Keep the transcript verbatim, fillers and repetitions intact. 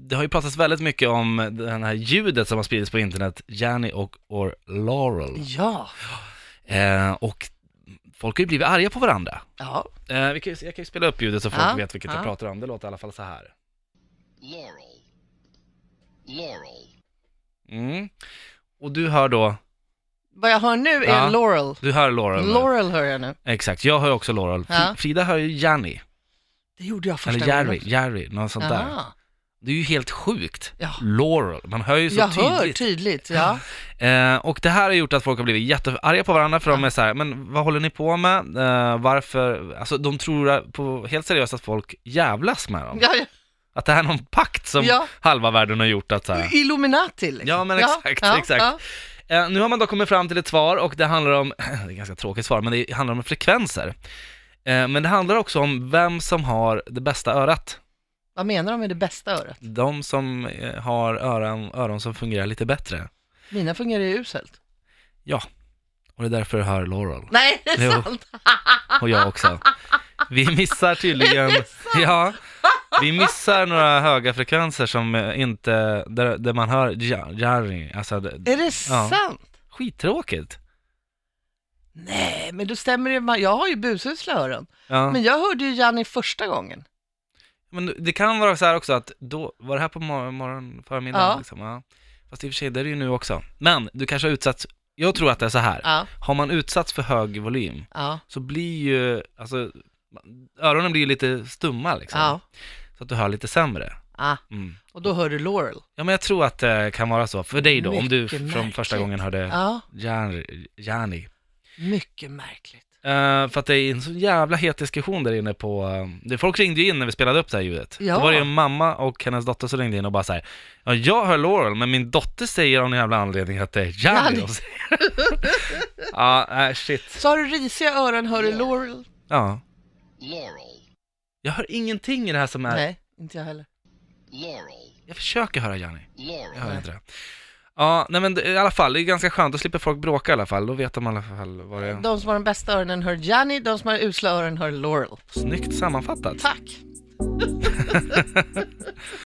det har ju pratats väldigt mycket om den här ljudet som har spridits på internet, Janny och or Laurel. Ja. Eh, och folk har ju blivit arga på varandra. Ja. Eh, vi kan, jag kan ju spela upp ljudet så folk Ja. vet vilket Ja. jag pratar om. Det låter i alla fall så här. Laurel. Laurel. Mm. Och du hör då... Vad jag hör nu är Ja. Laurel. Du hör Laurel. nu. Laurel hör jag nu. Exakt, jag hör också Laurel. Ja. Fri- Frida hör ju Janny. Det gjorde jag första Eller Jerry, gången. Jerry, något sånt där. Aha. Det är ju helt sjukt. Ja. Laurel, man hör ju så Jag tydligt. hör tydligt, ja. Eh, och det här har gjort att folk har blivit jättearga på varandra för de är så här, men vad håller ni på med? Eh, varför? Alltså de tror på helt seriöst att folk jävlas med dem. ja, ja. Att det här är någon pakt som Ja. halva världen har gjort att så här. Illuminati liksom. Ja, men exakt, ja, exakt. Ja. Eh, nu har man då kommit fram till ett svar och det handlar om, det är ett ganska tråkigt svar, men det handlar om frekvenser. Eh, men det handlar också om vem som har det bästa örat. Vad menar de med det bästa örat? De som eh, har öron, öron som fungerar lite bättre. Mina fungerar ju uselt. Ja, och det är därför jag hör Laurel. Nej, det är Jo. sant. Och jag också. Vi missar tydligen, ja, vi missar några höga frekvenser som eh, inte, där, där man hör ja- Jerry. Alltså, det, Är det Ja. sant? skittråkigt. Nej, men då stämmer det. Jag har ju bususla öron. Ja. Men jag hörde ju Janny första gången. Men det kan vara så här också att då var det här på mor- morgon förmiddag Ja. liksom, ja. Fast i och för sig det är det ju nu också. Men du kanske har utsatts, jag tror att det är så här. Ja, Har man utsatts för hög volym ja, så blir ju, alltså öronen blir ju lite stumma liksom. ja. Så att du hör lite sämre. Ah, Mm. och då hör du Laurel. Ja, men jag tror att det kan vara så. För dig då, om du Mycket från märkligt. första gången hörde Ja, Jan- Janny. mycket märkligt. Uh, för att det är en så jävla het diskussion där inne på... Uh, det, folk ringde ju in när vi spelade upp det här ljudet. Ja. Då var det en mamma och hennes dotter som ringde in och bara så här: ja, jag hör Laurel, men min dotter säger av någon jävla anledning att det är Janny. Janny. Ja, äh, shit. Så har du risiga öron, hör du Laurel? Ja. Laurel. Jag hör ingenting i det här som är... Nej, inte jag heller. Laurel. Jag försöker höra Janny. Jag Laurel. hör inte det. Ja, nej men det- i alla fall, det är ganska skönt. Då slipper folk bråka i alla fall. Då vet de i alla fall vad det är. De som har de bästa öronen hör Janny, de som har usla öron hör Laurel. Snyggt sammanfattat. Tack!